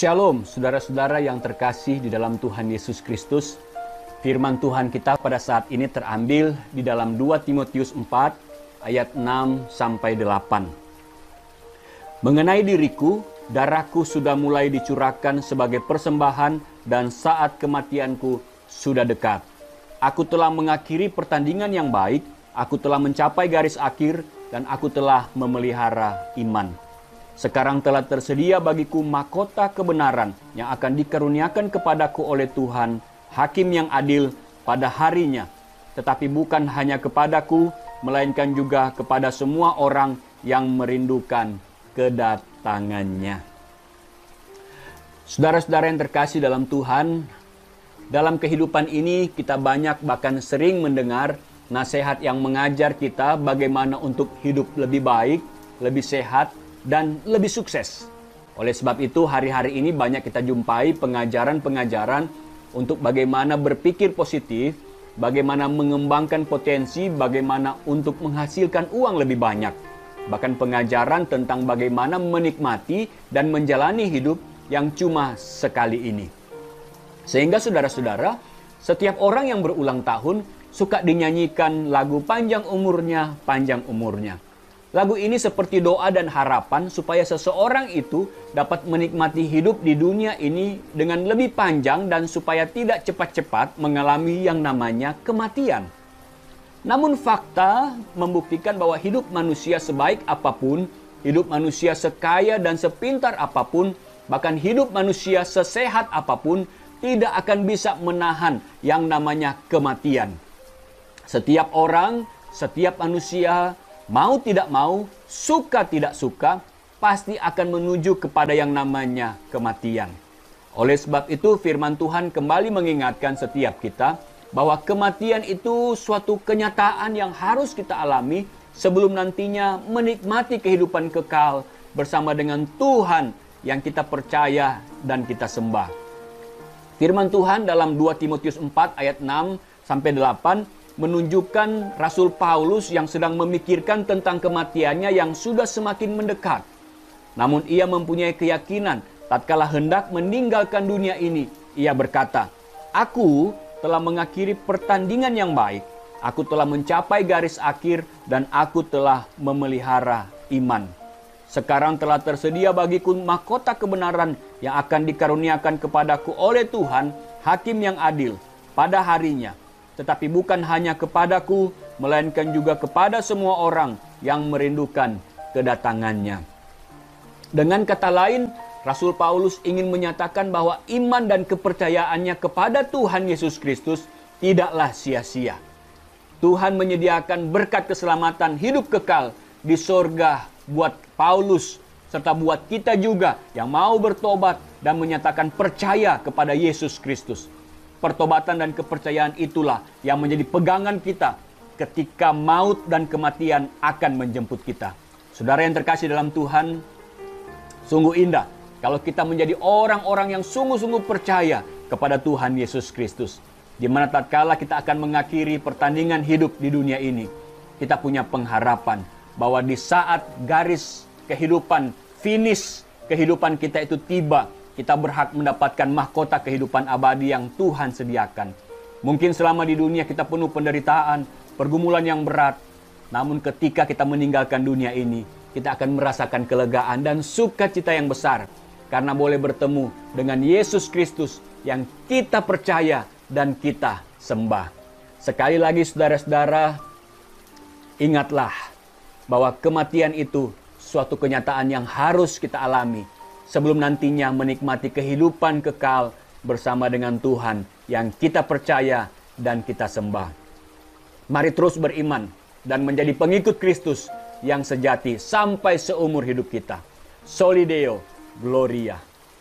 Shalom, saudara-saudara yang terkasih di dalam Tuhan Yesus Kristus. Firman Tuhan kita pada saat ini terambil di dalam 2 Timotius 4 ayat 6 sampai 8. Mengenai diriku, darahku sudah mulai dicurahkan sebagai persembahan dan saat kematianku sudah dekat. Aku telah mengakhiri pertandingan yang baik, aku telah mencapai garis akhir dan aku telah memelihara iman. Sekarang telah tersedia bagiku mahkota kebenaran yang akan dikaruniakan kepadaku oleh Tuhan, Hakim yang adil pada harinya. Tetapi bukan hanya kepadaku, melainkan juga kepada semua orang yang merindukan kedatangannya. Saudara-saudara yang terkasih dalam Tuhan, dalam kehidupan ini kita banyak bahkan sering mendengar nasihat yang mengajar kita bagaimana untuk hidup lebih baik, lebih sehat, dan lebih sukses. Oleh sebab itu hari-hari ini banyak kita jumpai pengajaran-pengajaran untuk bagaimana berpikir positif, bagaimana mengembangkan potensi, bagaimana untuk menghasilkan uang lebih banyak. Bahkan pengajaran tentang bagaimana menikmati dan menjalani hidup yang cuma sekali ini. Sehingga saudara-saudara, setiap orang yang berulang tahun suka dinyanyikan lagu panjang umurnya, panjang umurnya. Lagu ini seperti doa dan harapan supaya seseorang itu dapat menikmati hidup di dunia ini dengan lebih panjang dan supaya tidak cepat-cepat mengalami yang namanya kematian. Namun fakta membuktikan bahwa hidup manusia sebaik apapun, hidup manusia sekaya dan sepintar apapun, bahkan hidup manusia sesehat apapun, tidak akan bisa menahan yang namanya kematian. Setiap orang, setiap manusia, mau tidak mau, suka tidak suka, pasti akan menuju kepada yang namanya kematian. Oleh sebab itu firman Tuhan kembali mengingatkan setiap kita bahwa kematian itu suatu kenyataan yang harus kita alami sebelum nantinya menikmati kehidupan kekal bersama dengan Tuhan yang kita percaya dan kita sembah. Firman Tuhan dalam 2 Timotius 4 ayat 6 sampai 8 menunjukkan Rasul Paulus yang sedang memikirkan tentang kematiannya yang sudah semakin mendekat. Namun ia mempunyai keyakinan tatkala hendak meninggalkan dunia ini. Ia berkata, "Aku telah mengakhiri pertandingan yang baik. Aku telah mencapai garis akhir dan aku telah memelihara iman. Sekarang telah tersedia bagiku mahkota kebenaran yang akan dikaruniakan kepadaku oleh Tuhan, Hakim yang adil, pada harinya. Tetapi bukan hanya kepadaku, melainkan juga kepada semua orang yang merindukan kedatangannya." Dengan kata lain, Rasul Paulus ingin menyatakan bahwa iman dan kepercayaannya kepada Tuhan Yesus Kristus tidaklah sia-sia. Tuhan menyediakan berkat keselamatan hidup kekal di sorga buat Paulus, serta buat kita juga yang mau bertobat dan menyatakan percaya kepada Yesus Kristus. Pertobatan dan kepercayaan itulah yang menjadi pegangan kita ketika maut dan kematian akan menjemput kita. Saudara yang terkasih dalam Tuhan, sungguh indah kalau kita menjadi orang-orang yang sungguh-sungguh percaya kepada Tuhan Yesus Kristus. Di mana tatkala kita akan mengakhiri pertandingan hidup di dunia ini, kita punya pengharapan bahwa di saat garis kehidupan, finish kehidupan kita itu tiba, kita berhak mendapatkan mahkota kehidupan abadi yang Tuhan sediakan. Mungkin selama di dunia kita penuh penderitaan, pergumulan yang berat. Namun ketika kita meninggalkan dunia ini, kita akan merasakan kelegaan dan sukacita yang besar. Karena boleh bertemu dengan Yesus Kristus yang kita percaya dan kita sembah. Sekali lagi saudara-saudara, ingatlah bahwa kematian itu suatu kenyataan yang harus kita alami sebelum nantinya menikmati kehidupan kekal bersama dengan Tuhan yang kita percaya dan kita sembah. Mari terus beriman dan menjadi pengikut Kristus yang sejati sampai seumur hidup kita. Soli Deo Gloria.